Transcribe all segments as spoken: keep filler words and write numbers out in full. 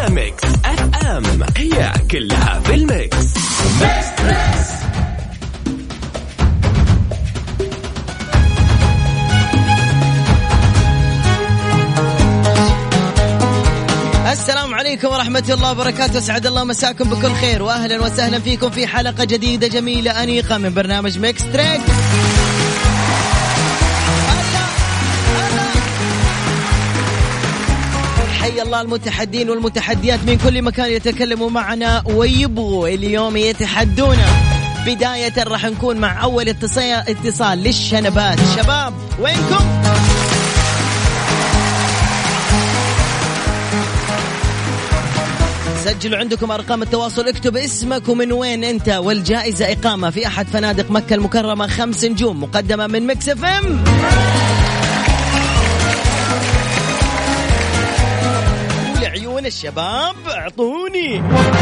على ميكس اف ام، هي كلها في الميكس. السلام عليكم ورحمة الله وبركاته، سعد الله مساكم بكل خير وأهلا وسهلا فيكم في حلقة جديدة جميلة أنيقة من برنامج ميكس تريك. حي الله المتحدين والمتحديات من كل مكان يتكلموا معنا ويبغوا اليوم يتحدونا. بداية راح نكون مع أول اتصال, اتصال للشنبات. شباب وينكم؟ سجلوا عندكم أرقام التواصل، اكتب اسمك ومن وين أنت، والجائزة إقامة في أحد فنادق مكة المكرمة خمس نجوم مقدمة من ميكس اف ام. ولعيون الشباب اعطوني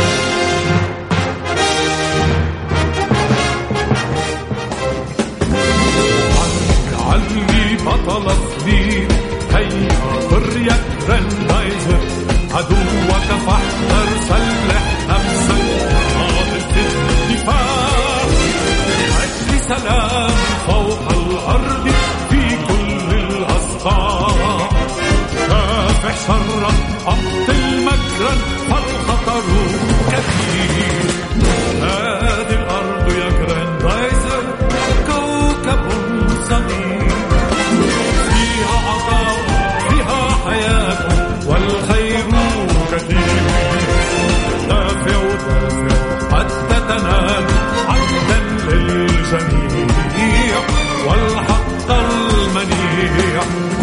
علي بطل صديق هيا بريك رنايزر عدوك فاحذر سلح نفسك قادة الدفاع أجل سلام فوق الأرض في كل الأسقاع كافح شرا أبطل مكرا فالخطر كثير هذه الأرض يا جراندايزر كوكب صغير فيها عطاء فيها حياة والخير كثير دافع ودافع حتى تنال عدلا للجميع والحق المنيع.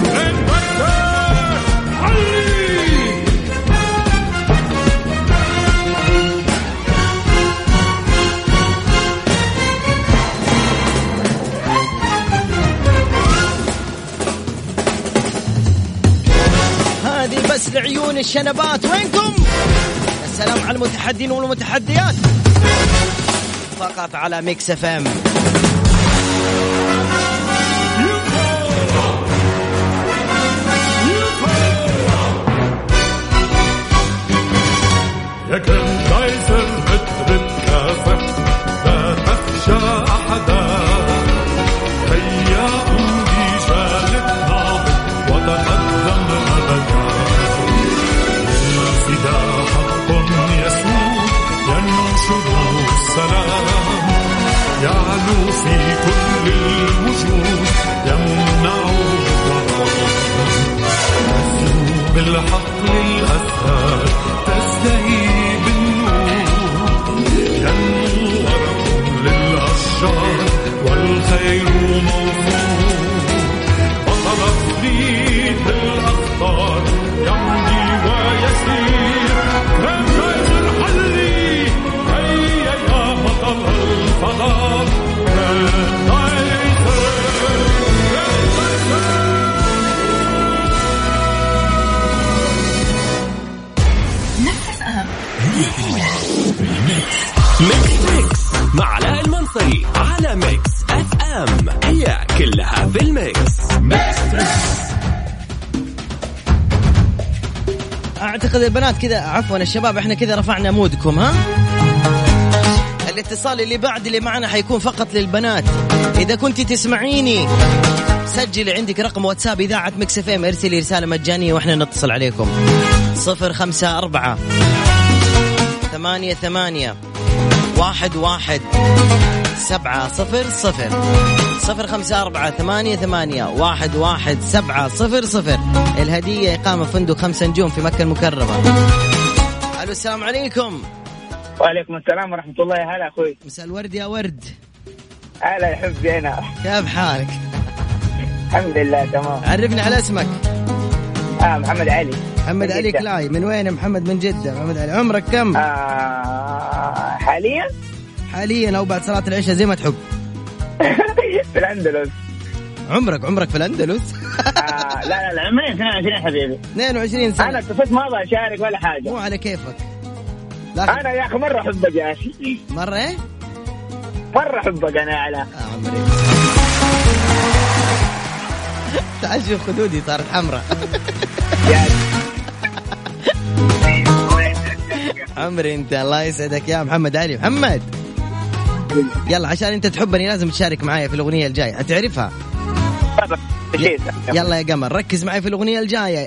بس لعيون الشنبات وينكم؟ السلام على المتحدين والمتحديات فقط على ميكس اف ام. يا جراندايزر مثل الكافح لا تخشى أحدا هيا أمضي جالب ناضل وتقدم أبدا الفداء حق يسود ينشر السلام يعلو في كل الوجود يمنع الضرر تسلو بالحق للأسهال تزدهي بالنور ينوركم للأشجار والخير موفور بطل الصديق الأخطار يمضي ويسير جراندايزر حلي هيا يا بطل الفضاء جراندايزر ميكس ميكس مع علاء المنصري على ميكس اف ام، هي كلها في الميكس. اعتقد البنات كذا، عفوا الشباب، احنا كذا رفعنا مودكم. ها الاتصال اللي بعد اللي معنا حيكون فقط للبنات. اذا كنت تسمعيني سجلي عندك رقم واتساب اذاعة ميكس اف ام، ارسلي رسالة مجانية واحنا نتصل عليكم. صفر خمسة أربعة ثمانية ثمانية واحد واحد سبعة صفر صفر صفر خمسة أربعة ثمانية ثمانية واحد واحد سبعة صفر صفر. الهدية إقامة فندق خمس نجوم في مكة المكرمة. ألو السلام عليكم. وعليكم السلام ورحمة الله. يا هلا أخوي. مساء الورد يا ورد. هلا يا حبي. أنا كيف حالك؟ الحمد لله تمام. عرفني على اسمك. آه محمد علي. محمد علي كلاي. من وين محمد؟ من جدة. محمد علي. عمرك كم؟ آه حاليا حاليا أو بعد صلاة العشاء زي ما تحب. في الأندلس. عمرك عمرك في الأندلس؟ آه لا لا لا عمري اثنين وعشرين حبيبي. اثنين وعشرين سنة. أنا اتفقت ما أبغى أشارك ولا حاجة. مو على كيفك. أنا يا أخي مرة أحبك يا أخي. مرة إيه؟ مرة أحبك أنا يا علاء. آه عمري. تعال شوف خدودي صارت حمراء. عمري انت. الله يسعدك يا محمد علي. محمد يلا عشان انت تحبني لازم تشارك معايا في الاغنيه الجايه، هتعرفها. يلا يا قمر ركز معي في الاغنيه الجايه.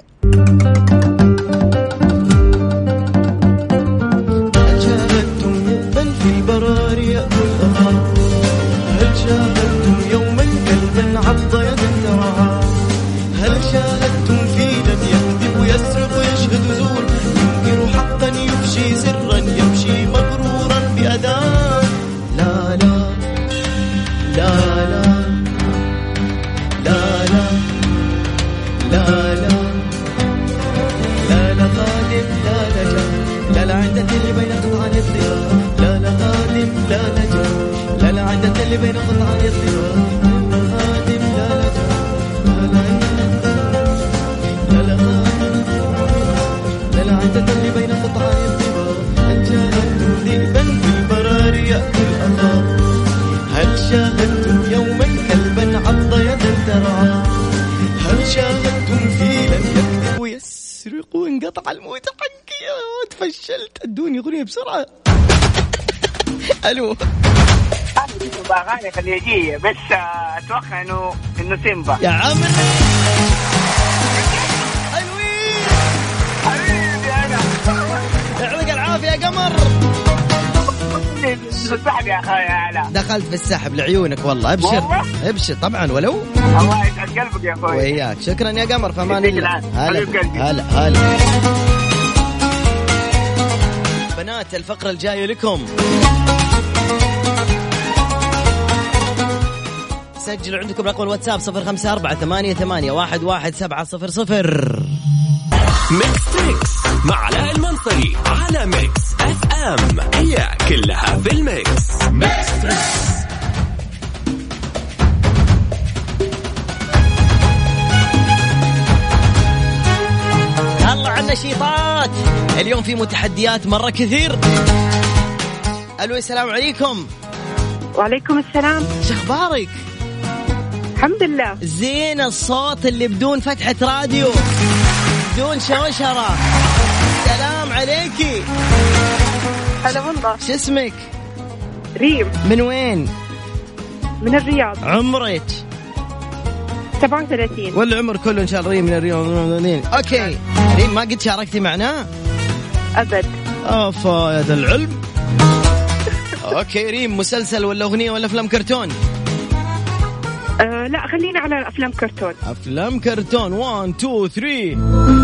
هل شاهدتم يوما في البرار يأكل أخاه؟ هل شاهدتم يوما كلبا عض يدا ترعاه؟ هل شاهدتم فيلا يكذب يسرق يشهد زور ينكر حقا يفشي سرا يمشي مغرورا بأداه؟ لا لا لا لا لا لا لا لا لا لا قادم لا لجا لا لا عدة اللي بين قطعان الضياء لا لا قادم لا لجا لا لا عدة اللي بين قطعان الضياء لا قادم لا لجا لا لا لا لا لا عدة اللي بين قطعان الضياء هل شاهدتم ذئبا في البرار يأكل أخاه؟ هل شاهدتم يوما كلبا عض يدا ترعاه؟ هل شاهدتم فيلا يكذب ويسرق وانقطع الموت حقي؟ تفشلت. ادوني اغنيه بسرعه. الو اغاني خليجيه بس اتوقع انه انه سيمبا يا عمري. حلوين حبيبي انا. يعطيك العافيه يا قمر. السحب يا اخوي علاء. دخلت في السحب لعيونك والله. ابشر ابشر طبعا ولو. الله يسعد قلبك يا اخوي. وياك. شكرا يا قمر. فمان الله. هلا هلا هلا. بنات الفقرة الجاية لكم. سجلوا عندكم رقم الواتساب صفر خمسة أربعة ثمانية ثمانية واحد واحد سبعة صفر صفر. ميكس تريكس مع علاء المنصري على ميكس اف ام. هي كلها في الميكس. ميكس تريكس. يلا عنا نشيطات اليوم، في متحديات مرة كثير. ألو السلام عليكم. وعليكم السلام. شخبارك؟ الحمد لله. زين الصوت اللي بدون فتحة راديو بدون شوشرة. سلام عليكي. هلا والله. شو اسمك؟ ريم. من وين؟ من الرياض. عمرك؟ سبعة وثلاثين. والعمر كله إن شاء الله. ريم من الرياض. أوكي ريم ما قد شاركتي معنا؟ أبد. أوفا يا ذا العلم. أوكي ريم، مسلسل ولا أغنية ولا أفلام كرتون؟ أه لا خلينا على أفلام كرتون. أفلام كرتون. واحد اثنين ثلاثة.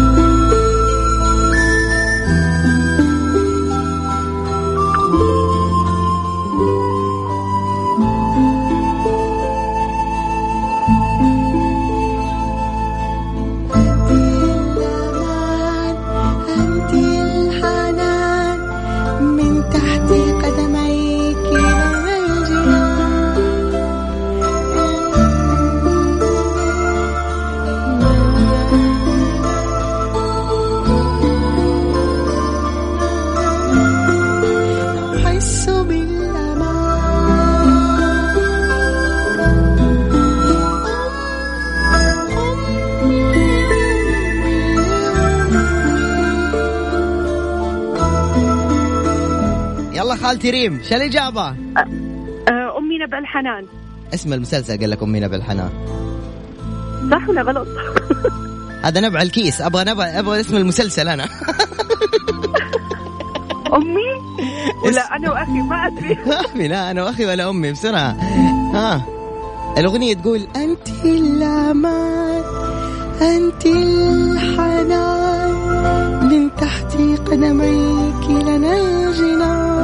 خالتي ريم، شو الإجابة؟ أمي نبع الحنان. اسم المسلسل قال لك أمي نبع الحنان، صح ولا غلط؟ هذا نبع الكيس. أبغى نبع، أبغى اسم المسلسل أنا. أمي ولا أنا وأخي ما أدري. أخي لا أنا وأخي ولا أمي. بسرعة ها. الأغنية تقول أنت الأمان أنت الحنان من تحت قدميك لنا الجنان.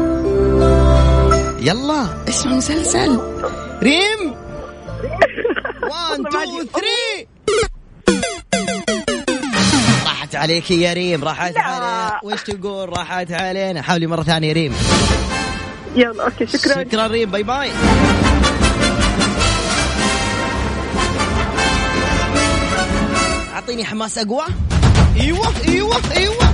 يلا اسم المسلسل ريم. واحد اثنين ثلاثة. راحت عليك يا ريم، راحت عليك. وش تقول؟ راحت علينا. حاولي مرة ثانية ريم. يلا أوكي شكرا. شكرا ريم، باي باي. أعطيني حماس أقوى. أيوة أيوة أيوة.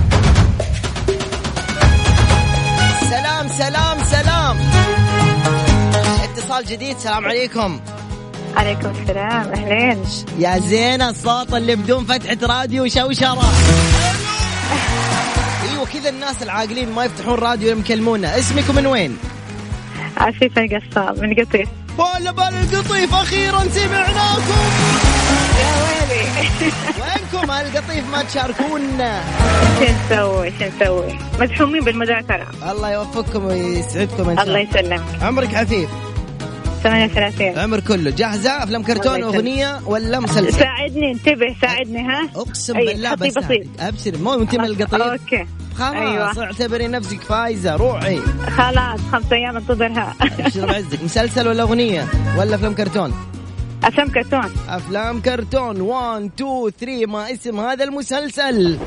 سلام سلام سلام. اتصال جديد. سلام عليكم. عليكم السلام. أهلين. يا زين الصوت اللي بدون فتحة راديو وشوشرة. أيوة كذا الناس العاقلين ما يفتحون راديو يكلمونا. اسمك من وين؟ عفيفة القصاب من قطيف. ولا بالقطيف أخيرا سمعناكم. يا ويلي. وينكم هالقطيف ما تشاركونا؟ شو نسوي شو نسوي مدحومين بالمذاكرة. الله يوفقكم ويسعدكم إن شاء الله يسلمك. عمرك عفيف؟ ثمانية وثلاثين. عمر كله. جاهزة أفلام كرتون أغنية ولا مسلسل؟ ساعدني انتبه ساعدني ها. أقسم أي بالله بس أبشر مو أنت من القطيف. أوكي خلاص أيوة. اعتبري نفسك فايزة روحي. خلاص خمس أيام انتظرها. أبشر بعزك. مسلسل ولا أغنية ولا أفلام كرتون؟ أفلام كرتون. أفلام كرتون. واحد اثنين ثلاثة. ما اسم هذا المسلسل؟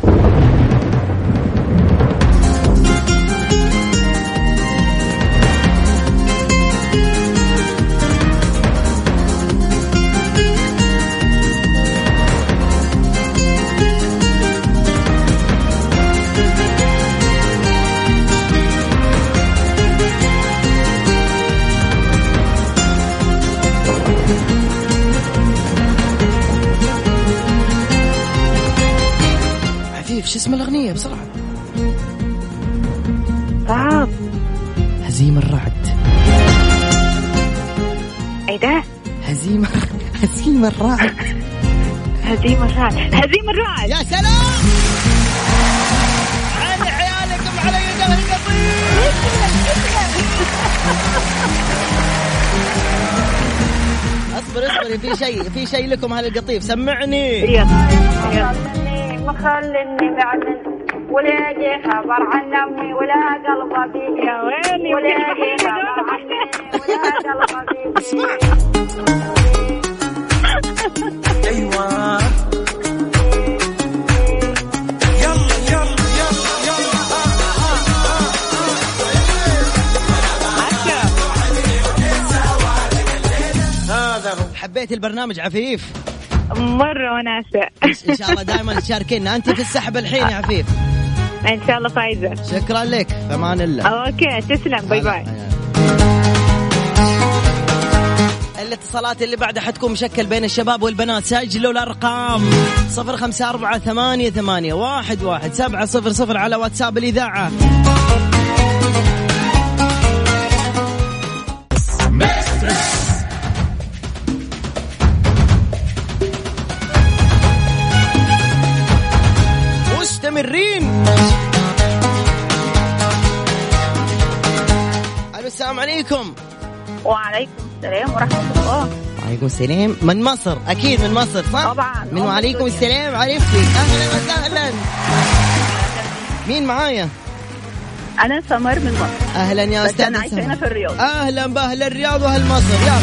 شو اسم الأغنية بسرعة؟ صعب. هزيم الرعد. ايه ده؟ هزيم هزيم الرعد. هزيم الرعد. هزيم الرعد. يا سلام على عيالكم على يد القطيف. اصبر اصبر في شيء في شيء لكم هالقطيف. سمعني. يلا يلا. مخلني بعد ولا يجي خبر عن امي ولا قلبه فيه. يا ويلي ولا يجي خبر عني ولا قلبه فيه. ايوه يلا يلا يلا يلا. هذا حبيت البرنامج عفيف مرة وناسة. إن شاء الله دائما تشاركينا. أنت في السحب الحين يا عفيف. إن شاء الله فايزة. شكرا لك. فمان الله. أوكي تسلم. باي باي. الاتصالات اللي بعدها حتكون مشكل بين الشباب والبنات. سجلوا الأرقام صفر خمسة أربعة ثمانية ثمانية واحد واحد سبعة صفر صفر على واتساب الإذاعة. مستمرين. ألو السلام عليكم. وعليكم السلام ورحمة الله. وعليكم السلام. من مصر أكيد من مصر صح؟ طبعا. من وعليكم السلام عرفتي. أهلا وسهلا. مين معايا؟ أنا سمر من مصر. أهلا يا أستاذ. أنا عايشة هنا في الرياض. أهلا بأهل الرياض وأهل مصر. يلا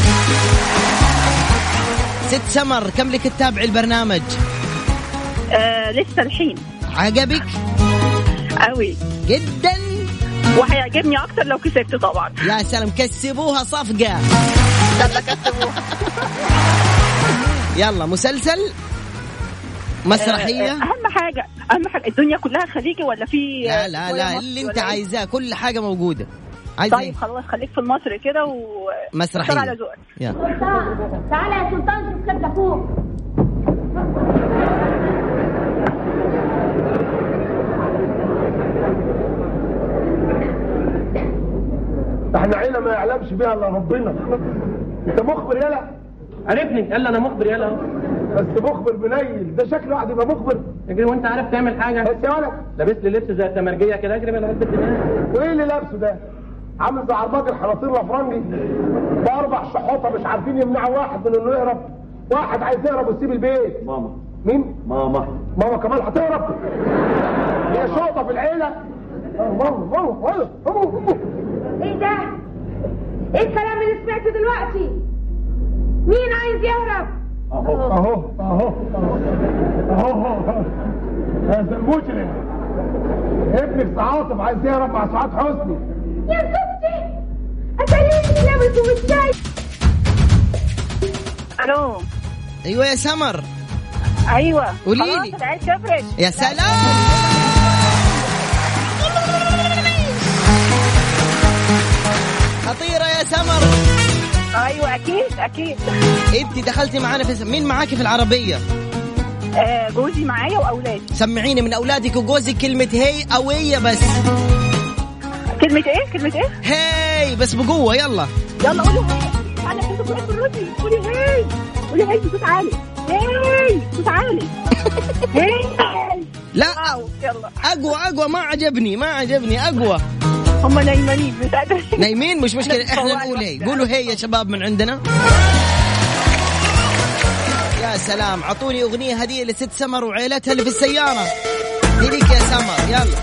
ست سمر كم لك تتابعي البرنامج؟ آه لسه الحين. عجبك؟ قوي جدا. وهيعجبني أكتر لو كسبت طبعا. يا سلام كسبوها صفقة. يلا كسبوها. يلا مسلسل مسرحية. أهم حاجة أهم حاجة الدنيا كلها خليجي ولا في؟ لا لا لا اللي انت عايزاه كل حاجة موجودة. عايزة طيب خلاص خليك في المصري كده ومسرحية على ذوقك. يلا تعالى يا سلطان شوف كده فوق. احنا عيله ما يعلمش بيها الا ربنا. انت مخبر يلا. عرفني قال انا مخبر يلا. بس مخبر بنيل ده شكله واحد يبقى مخبر. اجري وانت عارف تعمل حاجه. بس يا ولد لابس لي لبس زي التمرجيه كده. اجري من قلب الدماغ. وايه اللي لابسه ده؟ عامل زي عرباج الحناطير الافرنجي باربع شحوطه مش عارفين يمنعوا واحد من انه يهرب. واحد عايز يهرب ويسيب البيت. ماما. مين؟ ماما. ماما كمان هتهرب. هي شوطه في العيله. ماما ماما ماما. ايه ده؟ ايه الكلام اللي سمعته دلوقتي؟ مين عايز يهرب؟ اهو اهو اهو اهو هذا المجرم ابنك عاطف عايز يهرب مع سعاد حسني. يا زوجتي اتريني لابس ومتضايق. الو. ايوه يا سمر. ايوه قوليلي. خلاص العيد كبرت. يا سلام. خطيرة يا سمر. ايوه اكيد اكيد. انت دخلتي معانا في مين معاكي في العربية؟ آه جوزي معايا واولادي. سمعيني من اولادك وجوزك كلمه هي او هي بس. كلمه ايه؟ كلمه ايه؟ هي بس بقوه. يلا يلا قولوا هي. انا كنت بقول الرجل قولي هي. قولي هي بصوت عالي. هي بصوت عالي. هي لا يلا اقوى اقوى. ما عجبني ما عجبني اقوى. هم نايمين مش قادرين. نايمين مش مشكله، احنا نقول هي. قولوا هي يا شباب من عندنا. يا سلام. عطوني اغنيه هديه لست سمر وعيلتها اللي في السياره. دي ليك يا سمر. يلا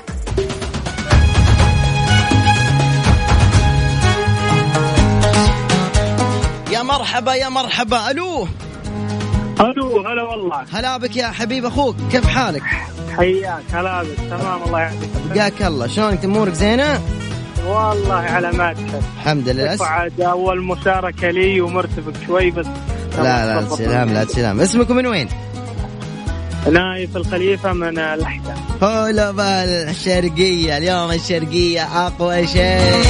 يا مرحبا يا مرحبا. الو الو هلا والله. هلا بك يا حبيب اخوك، كيف حالك؟ حياك. هلا بك. تمام الله يعطيك. بقاك الله. شلونك؟ امورك زينه؟ والله على ما تحب. الحمد لله. بعد اول مشاركه لي ومرتبك شوي بس. لا لا سلام لا سلام. اسمكم من وين؟ نايف الخليفه من الأحداث. هلا بالشرقيه. اليوم الشرقيه اقوى شيء.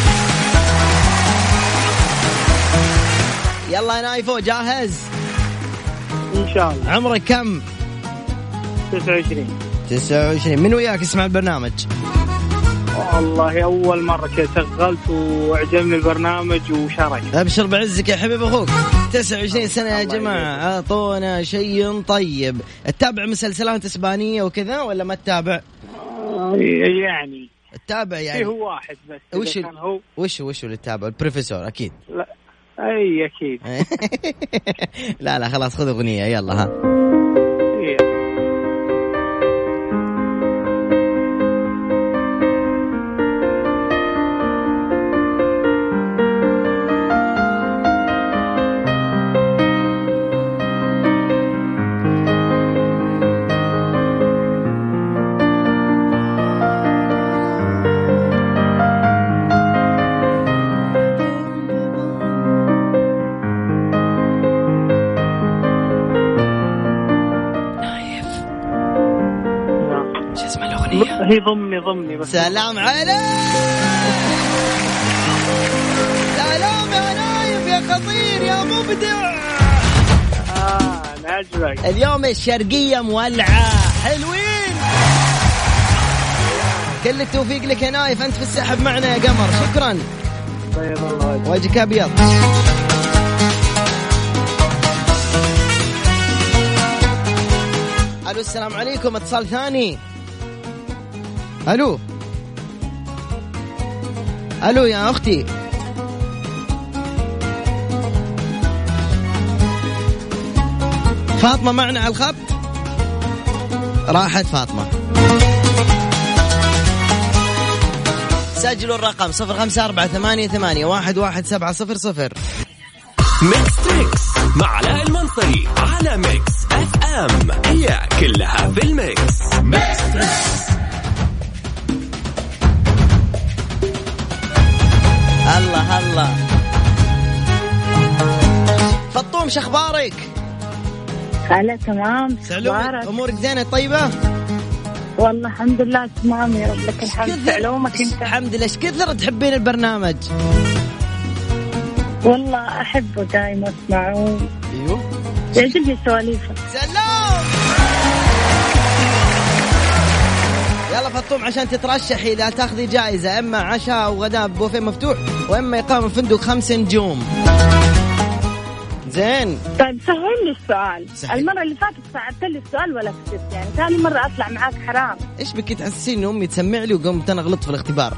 يلا يا نايفو جاهز؟ ان شاء الله. عمرك كم؟ تسعة وعشرين. تسعة وعشرين. من وياك اسمع البرنامج؟ والله أول مرة كده شغلت وعجبني البرنامج وشاركت. أبشر بعزك يا حبيب أخوك. تسعة وعشرين سنة يا جماعة. أعطونا شيء طيب. تتابع مسلسلات إسبانية وكذا ولا ما تتابع؟ يعني تتابع يعني. فيه واحد بس. وش كان هو وش وش اللي تتابع؟ البروفيسور أكيد. لا أي أكيد. لا لا خلاص خذ أغنية يلا ها. هي ضمني ضمني بس. سلام عليك. سلام يا نايف يا خطير يا مبدع. آه نعجبك. اليوم الشرقية مولعة. حلوين. كل التوفيق لك يا نايف. أنت في السحب معنا يا قمر. شكرا. طيب الله وجهك أبيض. ألو السلام عليكم. اتصال ثاني. ألو ألو يا أختي. فاطمة معنا على الخط. راحت فاطمة. سجلوا الرقم صفر خمسة أربعة ثمانية ثمانية واحد واحد سبعة صفر صفر. ميكس تريكس مع علاء المنصري على ميكس اف ام. هي كلها في الميكس. ميكس تريكس. الله الله. فطوم شخبارك؟ هلا تمام. سعلومك امورك زينه طيبه؟ والله الحمد لله تمام يا رب لك الحمد. سعلومك انت؟ الحمد لله. ايش كثر تحبين البرنامج؟ والله احبه دائما اسمعه. ايوه يعجبني سواليفه. سلام. يلا فطوم عشان تترشحي لا تاخذي جائزة. اما عشاء او غداء بوفيه مفتوح واما اقامة فندق خمس نجوم. زين. طيب سهل لي السؤال. سهل. المرة اللي فاتت صعبت لي السؤال ولا كسبت يعني. ثاني مرة اطلع معاك حرام. ايش بك تحسين ان امي تسمع لي وقمت انا غلطت في الاختبار؟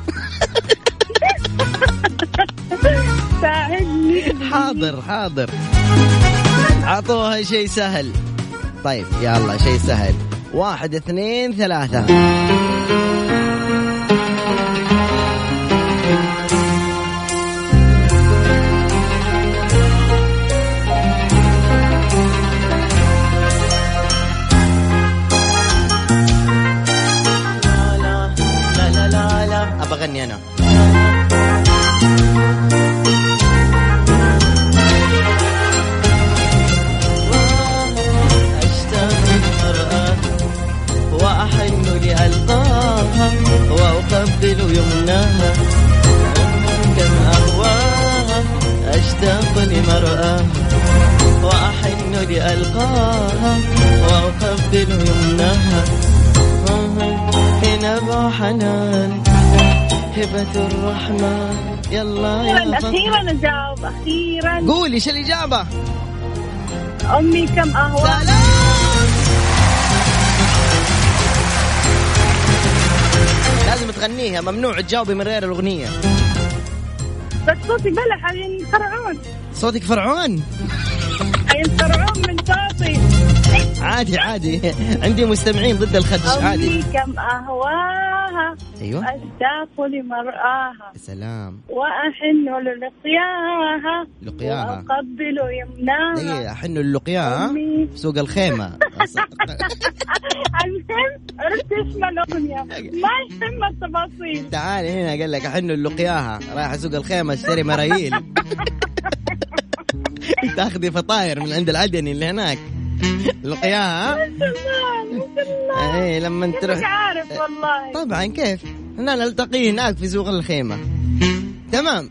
ساعدني. حاضر حاضر. عطوها شيء سهل. طيب يلا شيء سهل. واحد اثنين ثلاثة. لا لا لا لا أبغى أغني أنا. وأحن لألقاها وأقبل يمناها كم أهواها أشتاق لمرآها وأحن لألقاها أقبل يمناها هنا بحنان هبة الرحمن. يلا يا أخيرا أجاوب أخيرا. قولي شو الإجابة؟ أمي كم أهوى. سلام. لازم تغنيها، ممنوع تجاوبي من غير الأغنية. بس صوتي بلح حين فرعون. صوتك فرعون؟ حين فرعون من صوتي. عادي عادي، عندي مستمعين ضد الخدش عادي. أمي كم أهواها. أيوة. أشتاق لمرآها. سلام. وأحن للقياها. لقياها. وأقبل يمناها. إيه أحن اللقياها سوق الخيمة. المهم عرفت اسم الأغنية، ما يهم التفاصيل. تعال هنا قال لك أحن اللقياها، رايح سوق الخيمة اشتري مرايل. تاخذي فطاير من عند العدني اللي هناك. لقياها. ايه لما تروح عارف والله. طبعا كيف انا نلتقي هناك في سوق الخيمة. تمام.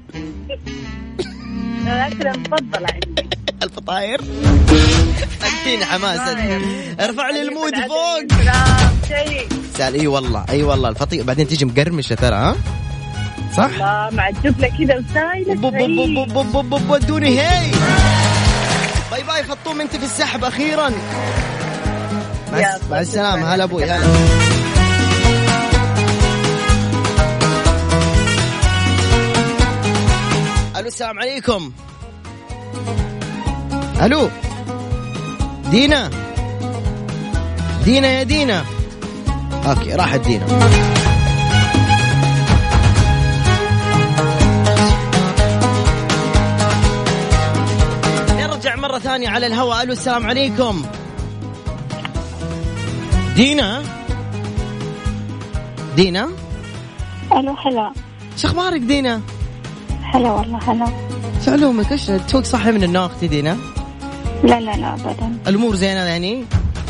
الأكلة المفضلة عندي الفطاير. أنتين حماسا. ارفع لي المود فوق. سال اي والله اي والله الفطير بعدين تيجي مقرمشة ترى. ها صح. الله معجب لك كذا وسايلة. ودوني هاي. باي باي فطوم انت في السحب اخيرا. مع السلامة. هلا ابوي. هلا. الو السلام عليكم. الو دينا. دينا يا دينا. اوكي راحت دينا. نرجع مرة ثانية على الهواء. الو السلام عليكم. دينا. دينا. الو هلا. شو اخبارك دينا؟ هلا والله هلا. شو علومك؟ ايش توك صحي من النوم اختي دينا؟ لا لا لا ابدا. الامور زينه يعني؟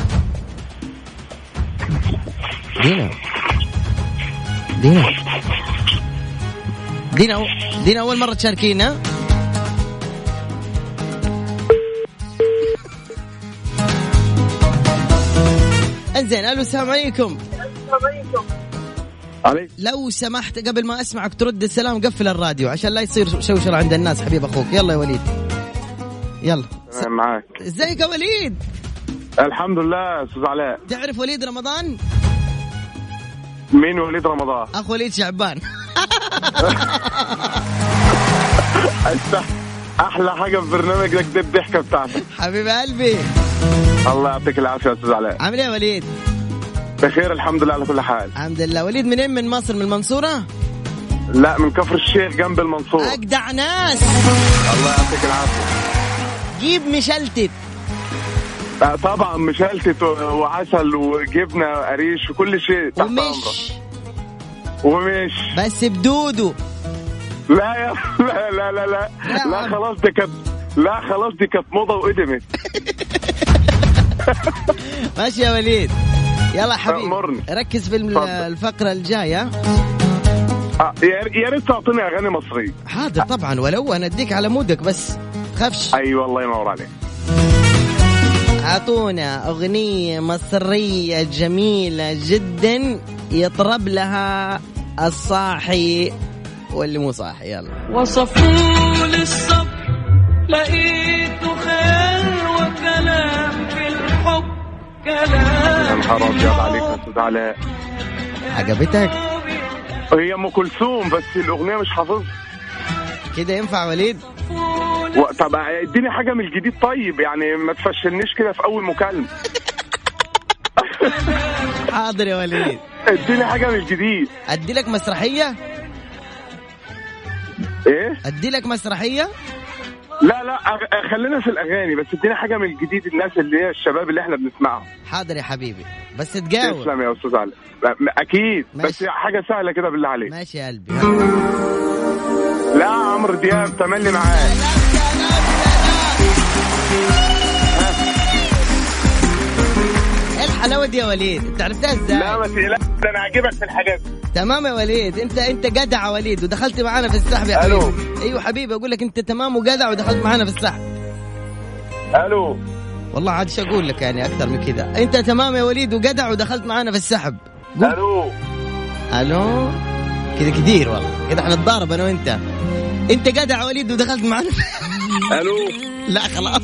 دينا دينا دينا دينا اول مره تشاركينا؟ انزين. الو السلام عليكم. عليك. لو سمحت قبل ما اسمعك ترد السلام قفل الراديو عشان لا يصير شوشرة عند الناس. حبيب اخوك. يلا يا وليد يلا. معك. ازيك يا وليد؟ الحمد لله استاذ علاء. تعرف وليد رمضان؟ مين وليد رمضان؟ اخو وليد شعبان. احلى حاجه في برنامجك ده الضحكه بتاعتك. حبيب قلبي. الله يعطيك العافيه يا استاذ علاء. عامل ايه يا وليد؟ بخير الحمد لله على كل حال. الحمد لله. وليد منين؟ من مصر؟ من المنصورة؟ لا من كفر الشيخ جنب المنصورة. أجدع ناس. الله يعطيك العافية. جيب مشلتت. آه طبعا مشلتت وعسل وجبنة قريش وكل شيء تحت ومش ومش بس بدودو. لا يا لا لا لا لا, لا, لا خلاص دي كانت لا خلاص دي كانت موضة وقدمت. ماشي يا وليد. يلا حبيبي أمرني. ركز في الفقرة الجاية. آه يا ريت تعطيني أغاني مصرية. حاضر طبعا ولو أنا أديك على مودك بس خفش. أيوة الله ينور عليك. أعطونا أغنية مصرية جميلة جدا يطرب لها الصاحي واللي مو صاحي. يلا. وصفوا للصبر لقيته خير وكلام في الحب كلام. نهار أبيض عليك يا أستاذ علاء. عجبتك؟ هي أم كلثوم بس الأغنية مش حافظها. كده ينفع وليد؟ و... طب اديني حاجة من الجديد طيب يعني ما تفشلنيش كده في أول مكالمة. حاضر يا وليد. اديني حاجة من الجديد. أدي لك مسرحية؟ إيه؟ أدي لك مسرحية؟ لا لا خلينا في الأغاني بس ادينا حاجة من الجديد الناس اللي هي الشباب اللي احنا بنسمعهم. حاضر يا حبيبي بس تجاوب. تسلم يا أستاذ علي. أكيد ماشي. بس حاجة سهلة كده بالله عليك. ماشي يا قلبي. لا عمرو دياب تملي معاك. ايه الحلاوة دي يا وليد؟ انت عرفتها ازاي؟ لا ما تقلقش انا عاجبك في الحاجات. تمام يا وليد. انت انت جدع يا وليد ودخلت معانا في السحب يا حبيبي. الو. ايوه حبيبي اقول لك انت تمام وجدع ودخلت معانا في السحب. الو. والله عاد شو أقول لك يعني أكثر من كذا. أنت تمام يا وليد وقدع ودخلت معنا في السحب. ألو ألو كذا كثير والله كذا حنتضارب أنا وأنت. أنت قدع وليد ودخلت معنا. ألو لا خلاص.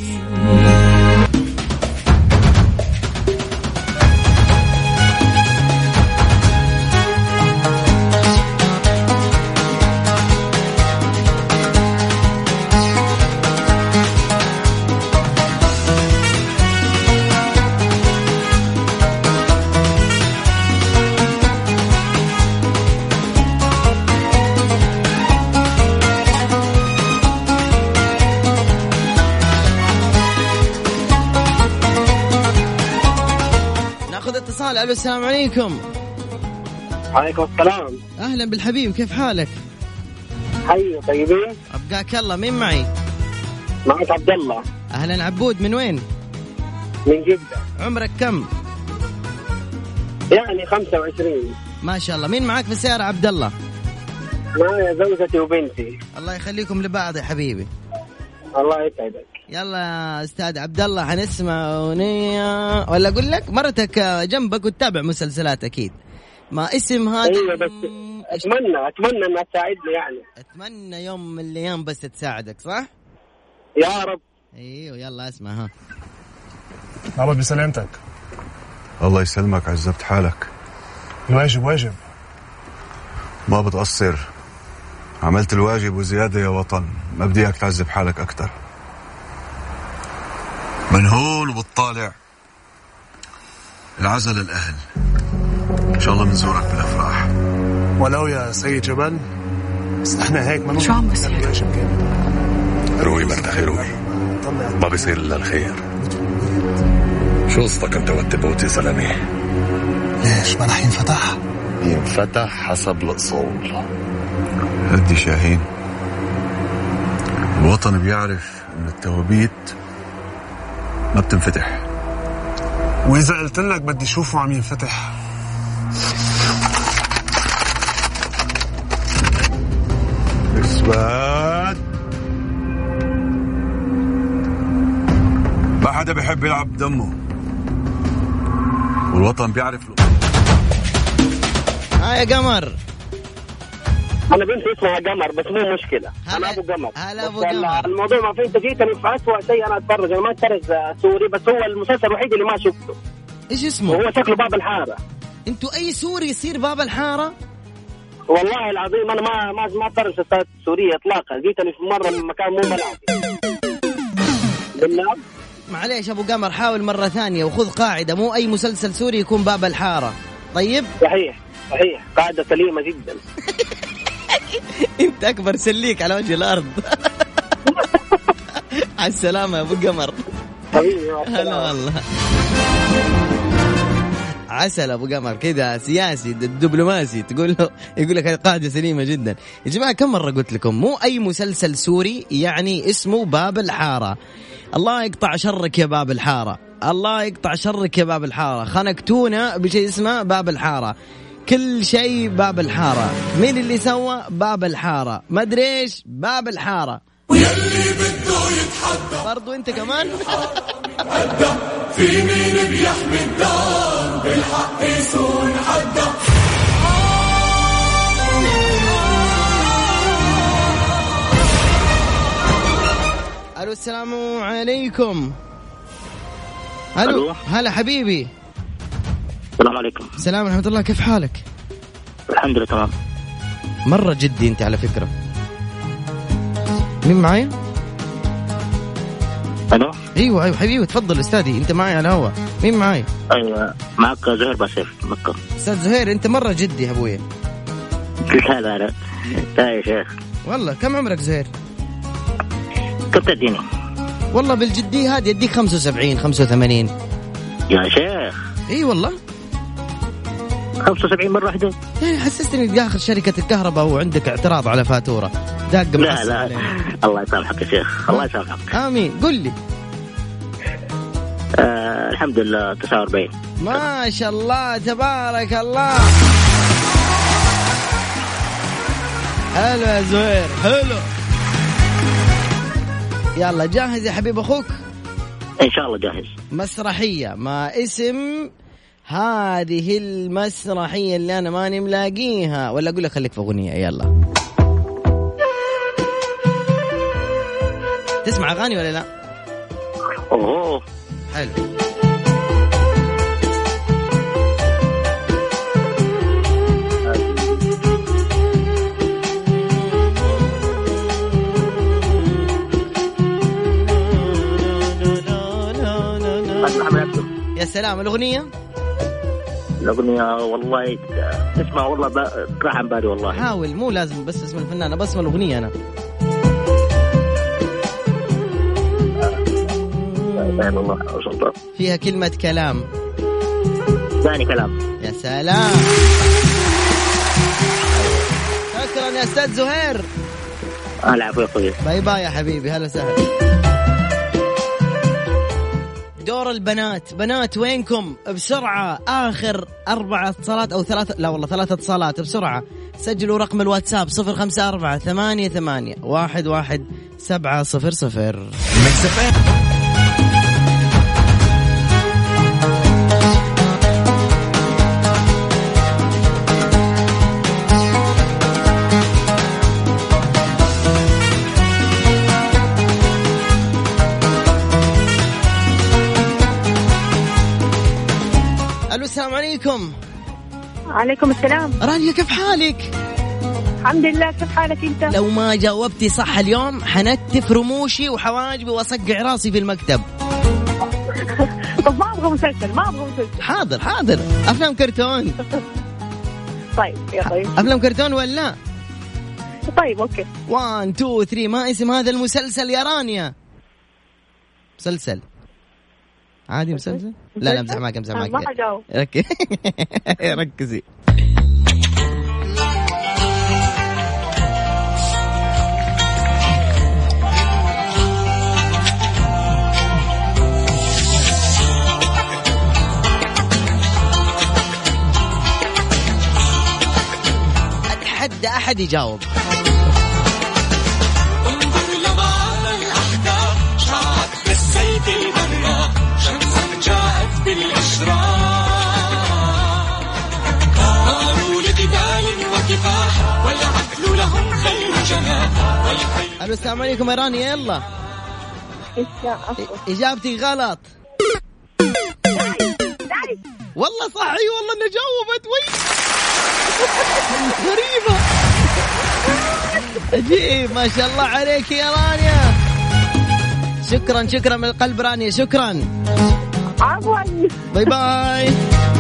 ألو السلام عليكم. عليكم السلام. أهلا بالحبيب كيف حالك؟ حي طيبين. أبقاك الله. مين معي؟ معك عبد الله. أهلا عبود من وين؟ من جدة. عمرك كم؟ يعني خمسة وعشرين. ما شاء الله. مين معك في السيارة عبد الله؟ معي زوجتي وبنتي. الله يخليكم لبعض يا حبيبي. الله يسعدك. يلا استاذ عبد الله حنسمع اغنيه ولا اقول لك مرتك جنبك وتتابع مسلسلات اكيد ما اسم هذا. ايوه بس اتمنى اتمنى انها تساعدني يعني. اتمنى يوم من الايام بس تساعدك صح يا رب. ايوه يلا اسمع. ها الله بسلامتك. الله يسلمك عزبت حالك. الواجب واجب ما بتقصر. عملت الواجب وزيادة يا وطن. ما بدي اياك تعذب حالك أكتر. من هون وبتطالع العزل الأهل إن شاء الله منزورك بالأفراح. ولو يا سيد جبل بس احنا هيك ما شو عم بصير؟ روي مرتخي روي ما بيصير إلا الخير. شو قصتك انت والتبوت يا زلمة؟ ليش ما رح ينفتح؟ ينفتح حسب الأصول. هدي شاهين. الوطن بيعرف ان التوابيت ما بتنفتح. واذا قلت لك بدي اشوفه عم ينفتح اثبات. ما حدا بيحب يلعب دمه والوطن بيعرف له. ها يا قمر. أنا بنت اسمها قمر بس مو مشكلة. أنا أبو قمر. هلا أبو قمر. الموضوع ما في أنت جيتني في أسوأ شيء أنا أتفرج. أنا ما أتفرج سوري بس هو المسلسل الوحيد اللي ما شفته. إيش اسمه؟ هو شكله باب الحارة. أنتوا أي سوري يصير باب الحارة؟ والله العظيم أنا ما ما ما أتفرج مسلسلات سورية إطلاقا. جيتني في مرة من مكان مو ملعب. بالله. معليش أبو قمر حاول مرة ثانية وخذ قاعدة مو أي مسلسل سوري يكون باب الحارة. طيب؟ صحيح صحيح قاعدة سليمة جدا. انت اكبر سليك على وجه الارض. على السلامه يا ابو قمر. حبيبي هلا والله. عسل ابو قمر كذا سياسي دبلوماسي تقول له يقول لك هذه قاعده سليمه جدا. يا جماعه كم مره قلت لكم مو اي مسلسل سوري يعني اسمه باب الحاره. الله يقطع شرك يا باب الحاره. الله يقطع شرك يا باب الحاره. خنقتونا بشيء اسمه باب الحاره. كل شيء باب الحارة. مين اللي سوى؟ باب الحارة. ما ادري ايش باب الحارة. ويلي بده يتحدى برضو انت كمان. في مين بيحمي الدار بالحق يسون حدا. الو السلام عليكم. الو هلا حبيبي. السلام عليكم. السلام ورحمة الله. كيف حالك؟ الحمد لله تمام. مرة جدي انت على فكرة. مين معايا؟ الو ايوه ايوه حبيبي تفضل استاذي انت معي على الهواء. مين معاي؟ ايوه معك زهير باسيف مكة. استاذ زهير انت مرة جدي يا ابويا. لا لا لا لا يا شيخ. والله كم عمرك زهير؟ كم تديني؟ والله بالجدية هذه يديك خمسة وسبعين خمسة وثمانين يا شيخ. اي والله خمسة وسبعين مرة واحدة. يعني حسستني داخل شركة الكهرباء وعندك اعتراض على فاتورة داق. لا لا علينا. الله يسامحك يا شيخ. الله يسامحك. آمين. قل لي. آه الحمد لله تسعة وأربعين. ما شاء الله تبارك الله. حلو يا زهير حلو. يلا جاهز يا حبيب أخوك؟ إن شاء الله جاهز. مسرحية ما اسم هذه المسرحية اللي أنا ماني ملاقيها؟ ولا أقول لك خليك في أغنية. يلا تسمع أغاني ولا لا؟ أوه حلو. يا سلام. الأغنية الأغنية والله اسمع والله راح عن بالي والله. حاول مو لازم بس اسم الفنان بس اسم الأغنية. أنا فيها كلمة كلام. ثاني كلام. يا سلام. شكرا يا أستاذ زهير. العفو يا أخوي. باي باي يا حبيبي. هلا وسهلا. دور البنات. بنات وينكم بسرعة؟ آخر أربع اتصالات أو ثلاثة، لا والله ثلاثة اتصالات بسرعة. سجلوا رقم الواتساب صفر خمسة أربعة ثمانية ثمانية واحد واحد سبعة صفر صفر. السلام عليكم. عليكم السلام. رانيا كيف حالك؟ الحمد لله. كيف حالك انت؟ لو ما جاوبتي صح اليوم حنتف رموشي وحواجبي واصقع راسي في المكتب. طب ما ابغى مسلسل ما ابغى مسلسل. حاضر حاضر. افلام كرتون. طيب يا طيب. افلام كرتون ولا؟ طيب اوكي. واحد اثنين ثلاثة. ما اسم هذا المسلسل يا رانيا؟ مسلسل عادي. مسلسل؟ لا لا امزح معك امزح معك. ما حجاوب. ركزي ركزي. أتحدى أحد يجاوب. الو السلام عليكم يا رانيا. يلا اجابتي غلط. والله صح. اي والله انها جاوبت. وي غريبه. عجيب. ما شاء الله عليك يا رانيا. شكرا شكرا من القلب رانيا. شكرا. عفوا. باي باي.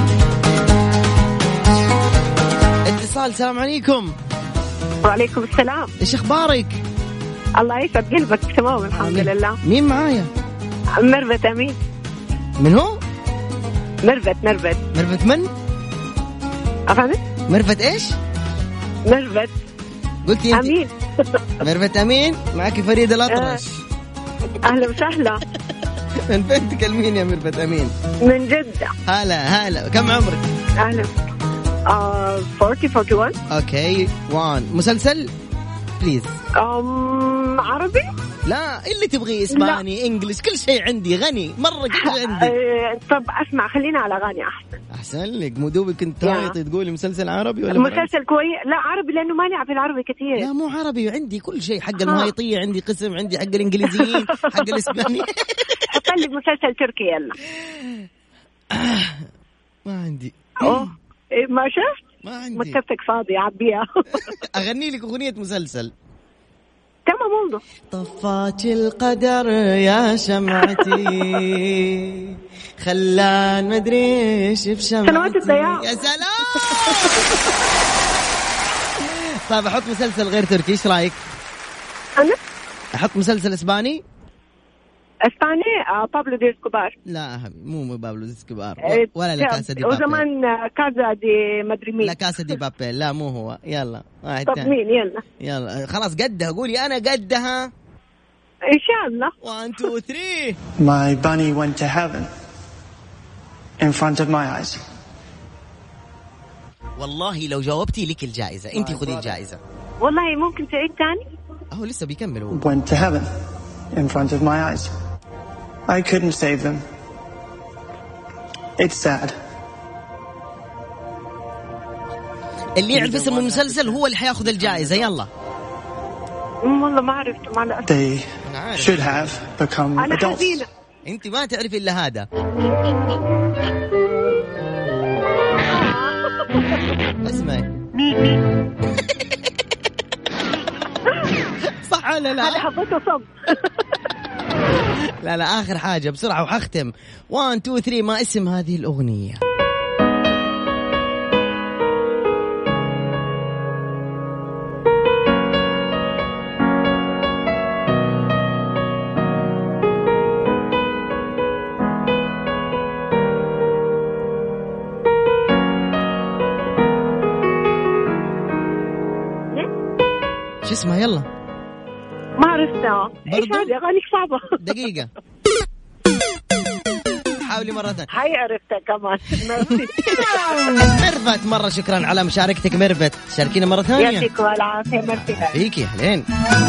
اتصال. السلام عليكم. وعليكم السلام. ايش اخبارك؟ الله يسعد قلبك. تمام الحمد لله. مين معايا؟ مرفت امين. من هو؟ مرفت مرفت مرفت من؟ أفهمت؟ مرفت ايش؟ مرفت. قلتي انت؟ امين. مرفت امين. معك فريد الأطرش. اهلا وسهلا. من فين تكلمين يا مرفت امين؟ من جدة. هلا هلا. كم عمرك؟ اهلا. آه أربعين واحد وأربعين. اوكي. وان مسلسل بليز. أم عربي؟ لا اللي تبغيه. اسباني انجليش كل شيء عندي. غني مرة كل شيء عندي. أه طب اسمع خلينا على غني احسن. احسن لك. مو دوبك كنت تعيطي تقولي مسلسل عربي ولا مسلسل كويس؟ لا عربي لانه ماني اعرف العربي كثير. لا مو عربي. عندي كل شيء. حق المهايطية عندي قسم. عندي حق الانجليزيين حق الاسباني. حط لي مسلسل تركي يلا. ما عندي. اوه ما شفت؟ ما عندي. مكتبتك فاضية عبيها. أغني لك أغنية مسلسل. تمام موضوع. طفات القدر يا شمعتي خلان مدري ايش بشمعتي. سنوات الضياع. يا سلام. طيب أحط مسلسل غير تركي. إيش رأيك؟ أنا أحط مسلسل إسباني. اسباني. آه بابلو دي اسكوبار. لا مو بابلو دي اسكوبار ولا لا كاسا دي بابيل. وزمان كازا دي مدري مين. لا كاسا دي بابيل. لا مو هو. يلا واحد طب تاني. مين؟ يلا يلا خلاص قدها. قولي أنا قدها إن شاء الله. one two three. My bunny went to heaven in front of my eyes. والله لو جاوبتي لك الجائزة. أنت خذي الجائزة. والله ممكن تعيد تاني؟ أهو لسه بيكمل هو. Went to heaven in front of my eyes. I couldn't save them. It's sad. اللي يعرف اسم المسلسل هو اللي حياخذ الجائزة. يلا. والله ما عرفت معنا. They should have become أنا adults. حزينة. أنت ما تعرفي إلا هذا. اسمعي. صح ولا لا؟ أنا حبيته صب. لا لا آخر حاجة بسرعة وحختم. واحد اثنين ثلاثة ما اسم هذه الأغنية؟ شو اسمها؟ يلا. ما عرفتها. إيش هذه أغانيك صعبة. دقيقة. حاولي مرة ثانية. هاي عرفتها كمان. ميرفت مرة شكرا على مشاركتك ميرفت. شاركينا مرة ثانية. يعطيك العافية. ميرسي. فيكي أهلين.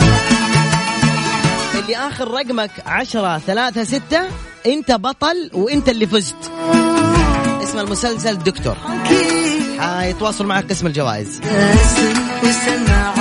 اللي آخر رقمك عشرة ثلاثة ستة أنت بطل وأنت اللي فزت. اسم المسلسل دكتور. حيتواصل معك قسم الجوائز.